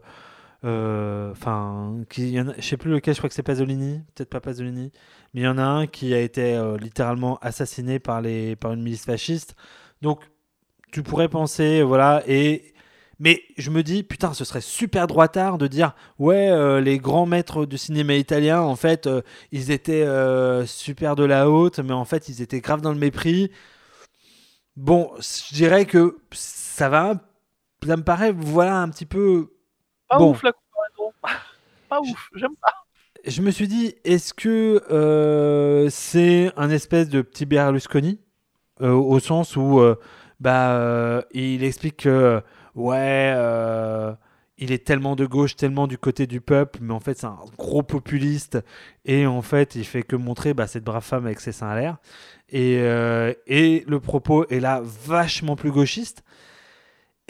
Enfin, euh, je sais plus lequel, je crois que c'est Pasolini, peut-être pas Pasolini, mais il y en a un qui a été euh, littéralement assassiné par les par une milice fasciste. Donc, tu pourrais penser, voilà, et mais je me dis, putain, ce serait super droitard de dire, ouais, euh, les grands maîtres du cinéma italien, en fait, euh, ils étaient euh, super de la haute, mais en fait, ils étaient grave dans le mépris. Bon, je dirais que ça va, ça me paraît, voilà, un petit peu. Pas bon. ouf la comparaison. Pas ouf, j'aime pas. Je me suis dit, est-ce que euh, c'est un espèce de petit Berlusconi euh, au sens où euh, bah, euh, il explique que ouais, euh, il est tellement de gauche, tellement du côté du peuple, mais en fait c'est un gros populiste et en fait il fait que montrer bah, cette brave femme avec ses seins à l'air et, euh, et le propos est là vachement plus gauchiste.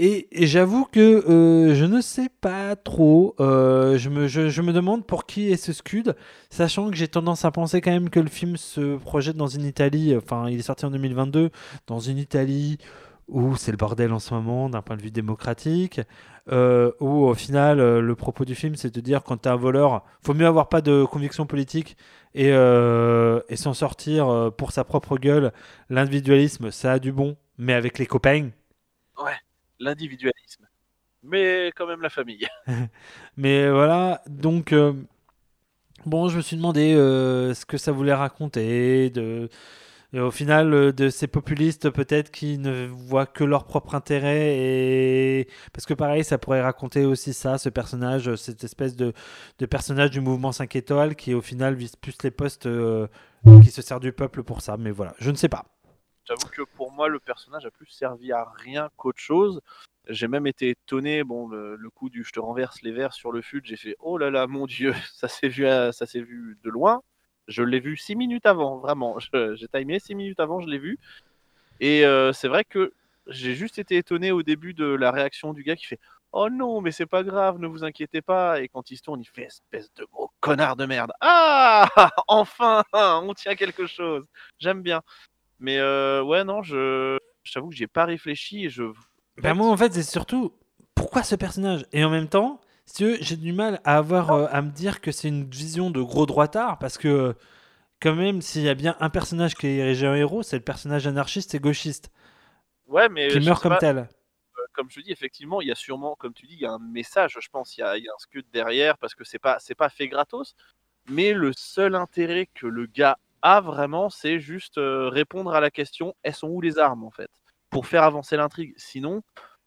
Et, et j'avoue que euh, je ne sais pas trop. Euh, je, me, je, je me demande pour qui est ce Scud, sachant que j'ai tendance à penser quand même que le film se projette dans une Italie, enfin il est sorti en deux mille vingt-deux, dans une Italie où c'est le bordel en ce moment d'un point de vue démocratique, euh, où au final euh, le propos du film c'est de dire quand t'es un voleur, faut mieux avoir pas de conviction politique et, euh, et s'en sortir euh, pour sa propre gueule. L'individualisme ça a du bon, mais avec les copains. Ouais, l'individualisme. Mais quand même la famille. Mais voilà, donc euh, bon, je me suis demandé euh, ce que ça voulait raconter, de, et au final, euh, de ces populistes peut-être qui ne voient que leur propre intérêt, et parce que pareil, ça pourrait raconter aussi ça, ce personnage, cette espèce de, de personnage du mouvement cinq étoiles qui au final vise plus les postes, euh, qui se sert du peuple pour ça, mais voilà, je ne sais pas. J'avoue que pour moi, le personnage a plus servi à rien qu'autre chose. J'ai même été étonné, bon, le, le coup du je te renverse les verres sur le fut, j'ai fait oh là là, mon Dieu, ça s'est vu, à- ça s'est vu de loin. Je l'ai vu six minutes avant, vraiment. Je- j'ai timé six minutes avant, je l'ai vu. Et euh, c'est vrai que j'ai juste été étonné au début de la réaction du gars qui fait oh non, mais c'est pas grave, ne vous inquiétez pas. Et quand il se tourne, il fait espèce de gros connard de merde. Ah, enfin, on tient quelque chose. J'aime bien. Mais euh, ouais, non, je j'avoue que j'ai pas réfléchi et je. En Ben fait, moi, en fait, c'est surtout pourquoi ce personnage. Et en même temps, si tu veux, j'ai du mal à avoir euh, à me dire que c'est une vision de gros droitard parce que euh, quand même, s'il y a bien un personnage qui est érigé en héros, c'est le personnage anarchiste et gauchiste ouais, mais qui je meurt sais comme pas, tel. euh, comme je te dis, effectivement, il y a sûrement, comme tu dis, il y a un message, je pense, il y a, il y a un scud derrière parce que c'est pas, c'est pas fait gratos. Mais le seul intérêt que le gars a vraiment, c'est juste euh, répondre à la question elles sont où les armes en fait, pour faire avancer l'intrigue. Sinon,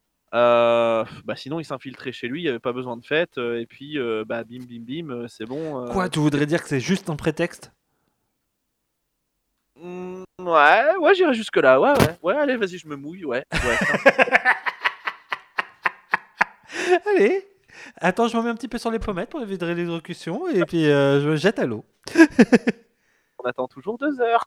euh, bah sinon il s'infiltrait chez lui, il n'y avait pas besoin de fête, euh, et puis euh, bah bim bim bim, euh, c'est bon. euh, Quoi, tu voudrais dire que c'est juste un prétexte? Mm, ouais, ouais, j'irai jusque là. Ouais, ouais, ouais. Allez, vas-y, je me mouille. Ouais, ouais. Allez, attends, je me mets un petit peu sur les pommettes pour éviter l'électrocution et puis euh, je me jette à l'eau. On attend toujours deux heures.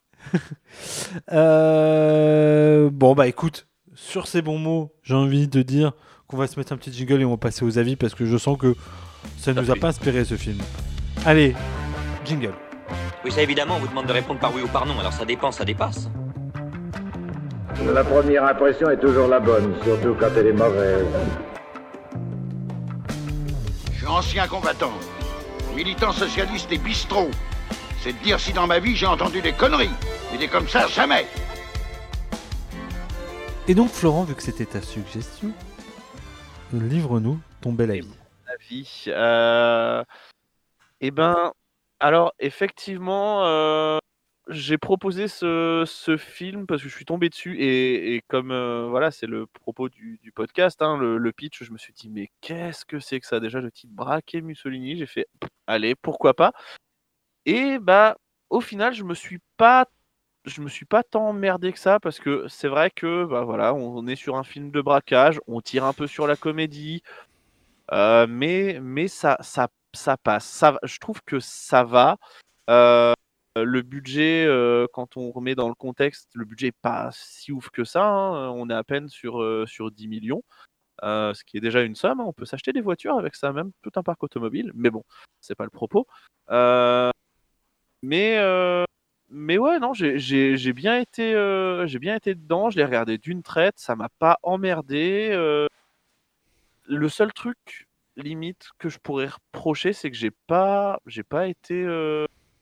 Euh, Bon, bah écoute, sur ces bons mots, j'ai envie de dire qu'on va se mettre un petit jingle et on va passer aux avis parce que je sens que ça Tout à nous a fait. pas inspiré ce film. Allez, jingle. Oui, ça évidemment, on vous demande de répondre par oui ou par non, alors ça dépend, ça dépasse. La première impression est toujours la bonne, surtout quand elle est mauvaise. Je suis ancien combattant, militant socialiste et bistrot. C'est de dire si dans ma vie j'ai entendu des conneries. Mais des comme ça, jamais. Et donc, Florent, vu que c'était ta suggestion, livre-nous ton bel avis. Avis. Euh... Eh ben, alors, effectivement, euh, j'ai proposé ce, ce film parce que je suis tombé dessus et, et comme euh, voilà, c'est le propos du, du podcast, hein, le, le pitch, je me suis dit, mais qu'est-ce que c'est que ça déjà, le titre Braquer Mussolini? J'ai fait, allez, pourquoi pas? Et bah, au final, je me suis pas je me suis pas tant emmerdé que ça parce que c'est vrai que bah voilà, on, on est sur un film de braquage, on tire un peu sur la comédie, euh, mais mais ça ça ça passe. Ça, va- je trouve que ça va. Euh, le budget, euh, quand on remet dans le contexte, le budget est pas si ouf que ça, hein. On est à peine sur euh, sur dix millions, euh, ce qui est déjà une somme, hein. On peut s'acheter des voitures avec ça, même tout un parc automobile. Mais bon, c'est pas le propos. Euh, mais euh, mais ouais, non, j'ai j'ai- j'ai bien été, euh, j'ai bien été dedans. Je l'ai regardé d'une traite, ça m'a pas emmerdé. euh. Le seul truc limite que je pourrais reprocher, c'est que j'ai pas, j'ai pas été euh,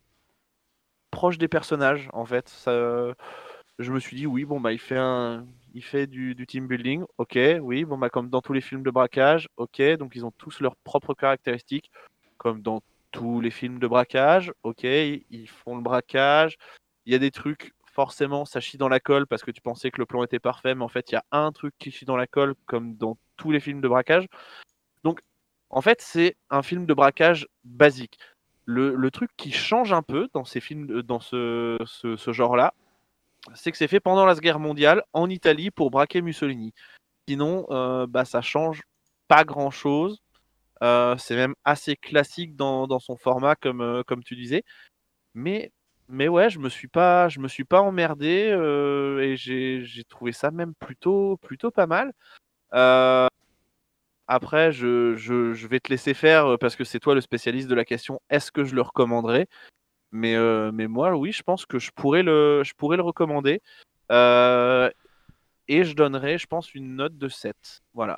proche des personnages en fait. Ça, je me suis dit oui, bon bah il fait un, il fait du, du team building, ok, oui, bon bah comme dans tous les films de braquage, ok, donc ils ont tous leurs propres caractéristiques, comme dans tous les films de braquage, ok, ils font le braquage, il y a des trucs, forcément ça chie dans la colle parce que tu pensais que le plan était parfait, mais en fait il y a un truc qui chie dans la colle comme dans tous les films de braquage. Donc en fait c'est un film de braquage basique. Le, le truc qui change un peu dans ces films, dans ce, ce, ce genre-là, c'est que c'est fait pendant la Seconde Guerre mondiale en Italie pour braquer Mussolini. Sinon, euh, bah, ça change pas grand-chose. Euh, c'est même assez classique dans, dans son format, comme, euh, comme tu disais. Mais, mais ouais, je me suis pas, je me suis pas emmerdé euh, et j'ai, j'ai trouvé ça même plutôt, plutôt pas mal. Euh, Après, je, je, je vais te laisser faire euh, parce que c'est toi le spécialiste de la question. Est-ce que je le recommanderais? Mais, euh, mais moi, oui, je pense que je pourrais le, je pourrais le recommander. Euh, et je donnerais, je pense, une note de sept. Voilà.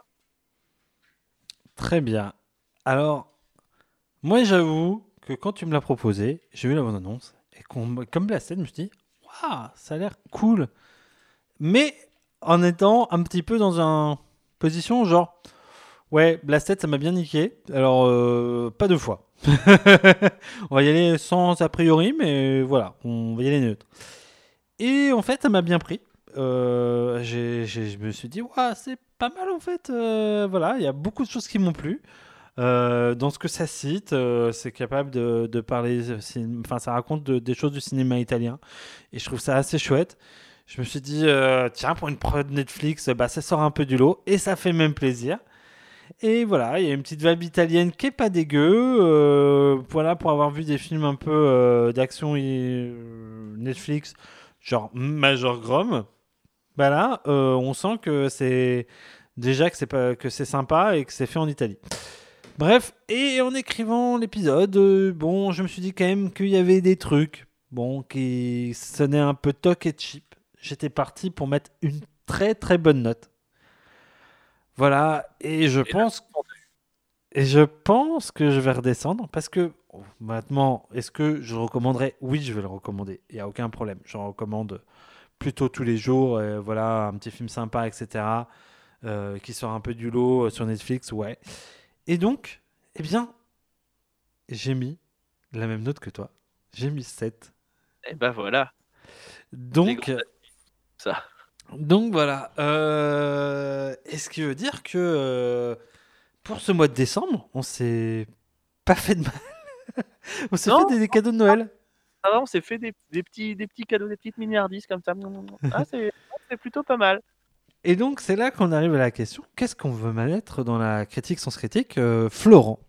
Très bien. Alors, moi, j'avoue que quand tu me l'as proposé, j'ai vu la bande-annonce et qu'on, comme la scène, je me suis dit, waouh, ça a l'air cool. Mais en étant un petit peu dans une position genre, ouais, Blasted, ça m'a bien niqué. Alors, euh, pas deux fois. On va y aller sans a priori, mais voilà, on va y aller neutre. Et en fait, ça m'a bien pris. Euh, j'ai, j'ai, je me suis dit, ouais, c'est pas mal en fait. Euh, voilà, il y a beaucoup de choses qui m'ont plu. Euh, dans ce que ça cite, euh, c'est capable de, de parler, enfin, ça raconte de, des choses du cinéma italien. Et je trouve ça assez chouette. Je me suis dit, euh, tiens, pour une prod Netflix, bah, ça sort un peu du lot et ça fait même plaisir. Et voilà, il y a une petite vibe italienne qui est pas dégueu. Euh, voilà, pour avoir vu des films un peu euh, d'action et, euh, Netflix, genre Major Grom, bah là, euh, on sent que c'est déjà que c'est pas que c'est sympa et que c'est fait en Italie. Bref, et en écrivant l'épisode, euh, bon, je me suis dit quand même qu'il y avait des trucs, bon, qui sonnaient un peu toc et cheap. J'étais parti pour mettre une très très bonne note. Voilà, et je Et pense et je pense que je vais redescendre parce que oh, maintenant, est-ce que je le recommanderais? Oui, je vais le recommander. Il n'y a aucun problème. Je le recommande plutôt tous les jours. euh, voilà, un petit film sympa, et cetera. euh, qui sort un peu du lot euh, sur Netflix, ouais. Et donc, eh bien, j'ai mis la même note que toi. J'ai mis sept. Et ben voilà. Donc, Les ça. donc voilà. Euh, et ce qui veut dire que euh, pour ce mois de décembre, on s'est pas fait de mal. On s'est Non. fait des, des cadeaux de Noël. Ah ouais, on s'est fait des, des petits, des petits cadeaux, des petites mini-hardies comme ça. Ah, c'est, c'est plutôt pas mal. Et donc, c'est là qu'on arrive à la question, qu'est-ce qu'on veut mettre dans la critique sans critique euh, Florent.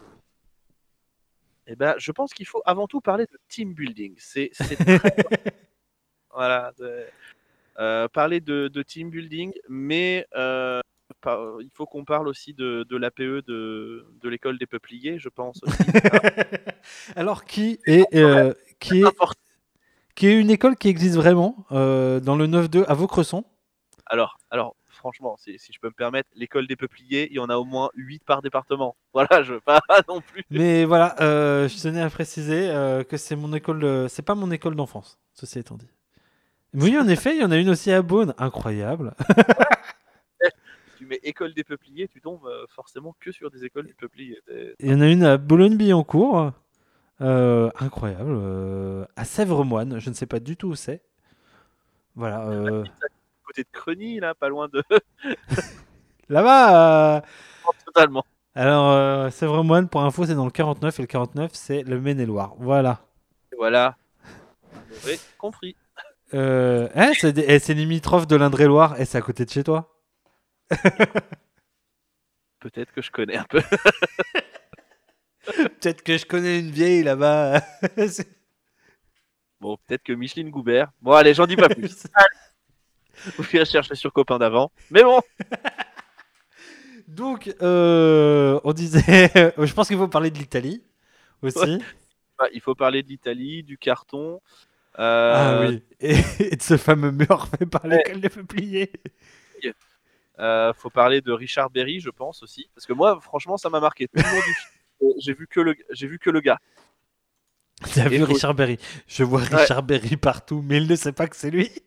Eh ben, je pense qu'il faut avant tout parler de team building. C'est, c'est très... voilà. De... Euh, parler de, de team building, mais euh, par... il faut qu'on parle aussi de, de l'A P E de, de l'école des Peupliers, je pense aussi. Alors, qui est, euh, qui, est, qui est une école qui existe vraiment euh, dans le neuf deux à Vaucresson. Alors, alors franchement, si, si je peux me permettre, l'école des Peupliers, il y en a au moins huit par département. Voilà, je veux pas non plus. Mais voilà, euh, je tenais à préciser euh, que c'est mon école, de... c'est pas mon école d'enfance, ceci étant dit. Oui, en effet, il y en a une aussi à Beaune, incroyable. Tu mets école des Peupliers, tu tombes euh, forcément que sur des écoles des Peupliers. Il y en a une à Boulogne-Billancourt, euh, incroyable, euh, à Sèvres-Moine, je ne sais pas du tout où c'est. Voilà. Euh... Côté de Creny, là, pas loin de. Là-bas. Euh... Totalement. Alors, euh, Sèvres-Moine, pour info, c'est dans le quarante-neuf et le quarante-neuf, c'est le Maine-et-Loire. Voilà. Et voilà. Vous aurez compris. Euh, hein, c'est, des, eh, c'est limitrophe de l'Indre-et-Loire et c'est à côté de chez toi. Peut-être que je connais un peu. Peut-être que je connais une vieille là-bas. Bon, peut-être que Micheline Goubert. Bon, allez, j'en dis pas plus. Vous pouvez chercher sur copain d'avant. Mais bon. Donc, euh, on disait. Je pense qu'il faut parler de l'Italie aussi. Ouais. Ouais, il faut parler de l'Italie, du carton. Euh... Ah oui, et, et de ce fameux mur fait par ouais. l'école des Peupliers. Il euh, faut parler de Richard Berry, je pense aussi. Parce que moi, franchement, ça m'a marqué. Tout le long du film, j'ai vu que le, j'ai vu que le gars. T'as vu faut... Richard Berry? Je vois ouais. Richard Berry partout, mais il ne sait pas que c'est lui.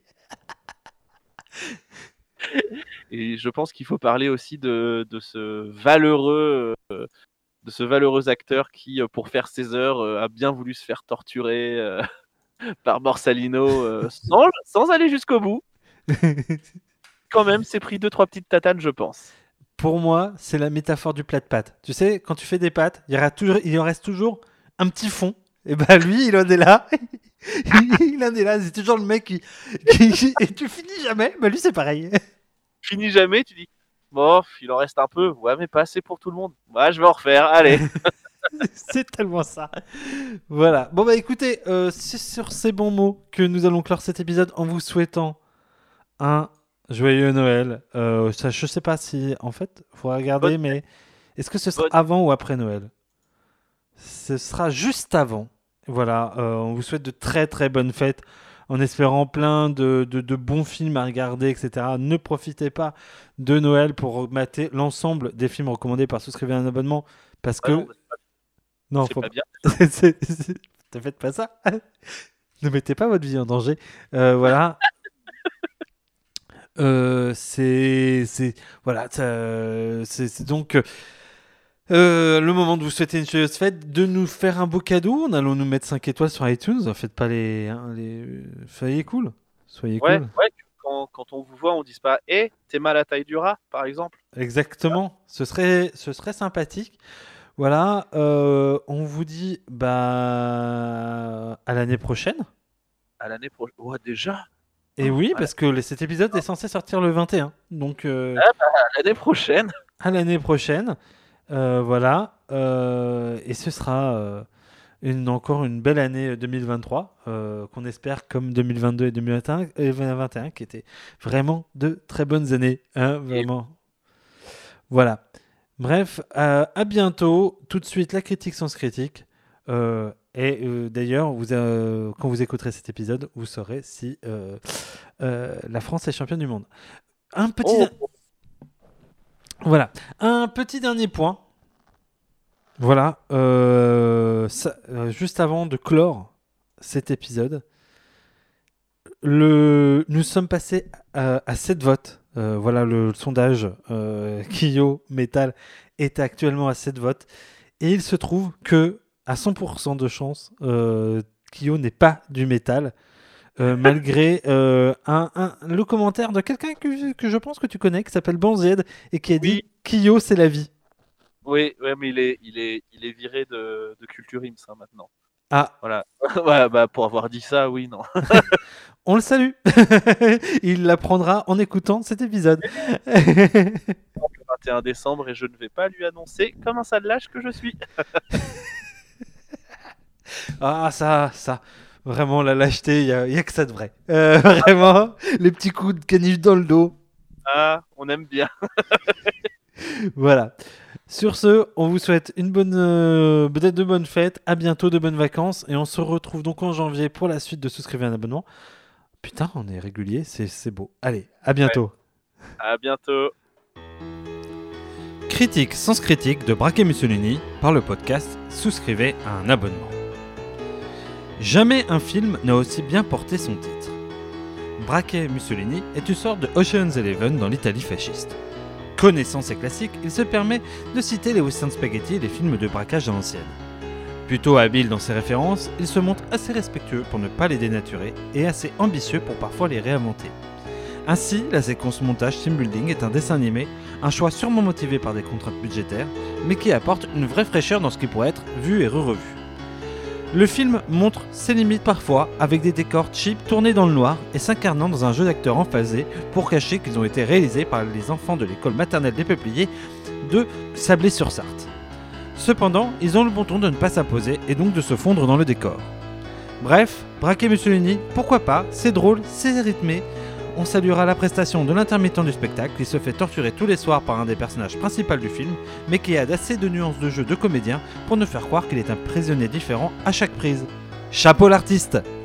Et je pense qu'il faut parler aussi de, de ce valeureux, euh, de ce valeureux acteur qui, pour faire ses heures, euh, a bien voulu se faire torturer euh, par Borsalino euh, sans, sans aller jusqu'au bout. Quand même, c'est pris deux trois petites tatanes, je pense. Pour moi, c'est la métaphore du plat de pâtes. Tu sais, quand tu fais des pâtes, il y aura toujours, il en reste toujours un petit fond. Et bah lui, il en est là. il en est là. C'est toujours le mec qui, qui... et tu finis jamais. Bah lui, c'est pareil. Finis jamais, tu dis. Bon, il en reste un peu. Ouais, mais pas assez pour tout le monde. Ouais, je vais en refaire. Allez. C'est tellement ça. Voilà. Bon bah écoutez, euh, c'est sur ces bons mots que nous allons clore cet épisode en vous souhaitant un Joyeux Noël. Euh, ça, je sais pas si... En fait, il faut regarder, Bonne mais... Est-ce que ce sera Bonne- avant ou après Noël? Ce sera juste avant. Voilà, euh, on vous souhaite de très très bonnes fêtes, en espérant plein de, de, de bons films à regarder, et cetera. Ne profitez pas de Noël pour mater l'ensemble des films recommandés par souscrivez un abonnement, parce Ah que... non, c'est pas, Non, c'est faut pas bien. c'est- c'est- c'est- Ne faites pas ça. Ne mettez pas votre vie en danger. Euh, voilà. Euh, c'est, c'est, voilà, ça- c'est, c'est donc euh, le moment de vous souhaiter une joyeuse fête, de nous faire un beau cadeau. En allant nous mettre cinq étoiles sur iTunes. Faites pas les, hein, les... soyez cool, soyez Ouais, cool. ouais, que quand, quand on vous voit, on dise pas Eh, t'es mal à taille du rat, par exemple. Exactement. Ce serait, ce serait sympathique. Voilà. euh, on vous dit bah à l'année prochaine. À l'année prochaine. Ouais, déjà Et Oh, oui, à parce que le- cet épisode est censé sortir le vingt et un. Donc euh, Ah bah, à l'année prochaine. à l'année prochaine. Euh, voilà. Euh, et ce sera euh, une, encore une belle année deux mille vingt-trois, euh, qu'on espère comme deux mille vingt-deux et deux mille vingt et un, et deux mille vingt et un, qui étaient vraiment de très bonnes années. Hein, vraiment. Voilà. Bref, euh, à bientôt. Tout de suite, la critique sans critique. Euh, et euh, d'ailleurs, vous, euh, quand vous écouterez cet épisode, vous saurez si euh, euh, la France est championne du monde. Un petit, Oh. voilà, un petit dernier point. Voilà, euh, ça- euh, juste avant de clore cet épisode, le, nous sommes passés à, à sept votes. Euh, voilà, le, le sondage euh, Kyo Metal est actuellement à sept votes. Et il se trouve que, à cent pour cent de chance, euh, Kyo n'est pas du métal. Euh, malgré euh, un, un- le commentaire de quelqu'un que, que je pense que tu connais, qui s'appelle Banzed, et qui a dit Kyo, c'est la vie. Oui, ouais, mais il est, il est, il est viré de, de Culture Ims hein, maintenant. Ah, Voilà. Ouais, bah, pour avoir dit ça, oui, non. on le salue. Il l'apprendra en écoutant cet épisode. Le vingt et un décembre et je ne vais pas lui annoncer comme un sale lâche que je suis. Ah, ça, ça. Vraiment, la lâcheté, il n'y a, y a que ça de vrai. Euh, vraiment, les petits coups de canif dans le dos. Ah, on aime bien. Voilà. Sur ce, on vous souhaite une bonne, euh, peut-être de bonnes fêtes, à bientôt, de bonnes vacances, et on se retrouve donc en janvier pour la suite de souscrivez un abonnement. Putain, on est régulier, c'est, c'est beau. Allez, à bientôt. À bientôt. Critique sans critique de Braque et Mussolini par le podcast Souscrivez à un abonnement. Jamais un film n'a aussi bien porté son titre. Braque et Mussolini est une sorte de Ocean's Eleven dans l'Italie fasciste. Connaissant ses classiques, il se permet de citer les western spaghetti et les films de braquage à l'ancienne. Plutôt habile dans ses références, il se montre assez respectueux pour ne pas les dénaturer et assez ambitieux pour parfois les réinventer. Ainsi, la séquence montage team building est un dessin animé, un choix sûrement motivé par des contraintes budgétaires, mais qui apporte une vraie fraîcheur dans ce qui pourrait être vu et re-revu. Le film montre ses limites parfois, avec des décors cheap tournés dans le noir et s'incarnant dans un jeu d'acteurs emphasé pour cacher qu'ils ont été réalisés par les enfants de l'école maternelle des Peupliers de Sablé-sur-Sarthe. Cependant, ils ont le bon ton de ne pas s'imposer et donc de se fondre dans le décor. Bref, Braque et Mussolini, pourquoi pas, c'est drôle, c'est rythmé. On saluera la prestation de l'intermittent du spectacle qui se fait torturer tous les soirs par un des personnages principaux du film, mais qui a d'assez de nuances de jeu de comédien pour ne faire croire qu'il est un prisonnier différent à chaque prise. Chapeau l'artiste!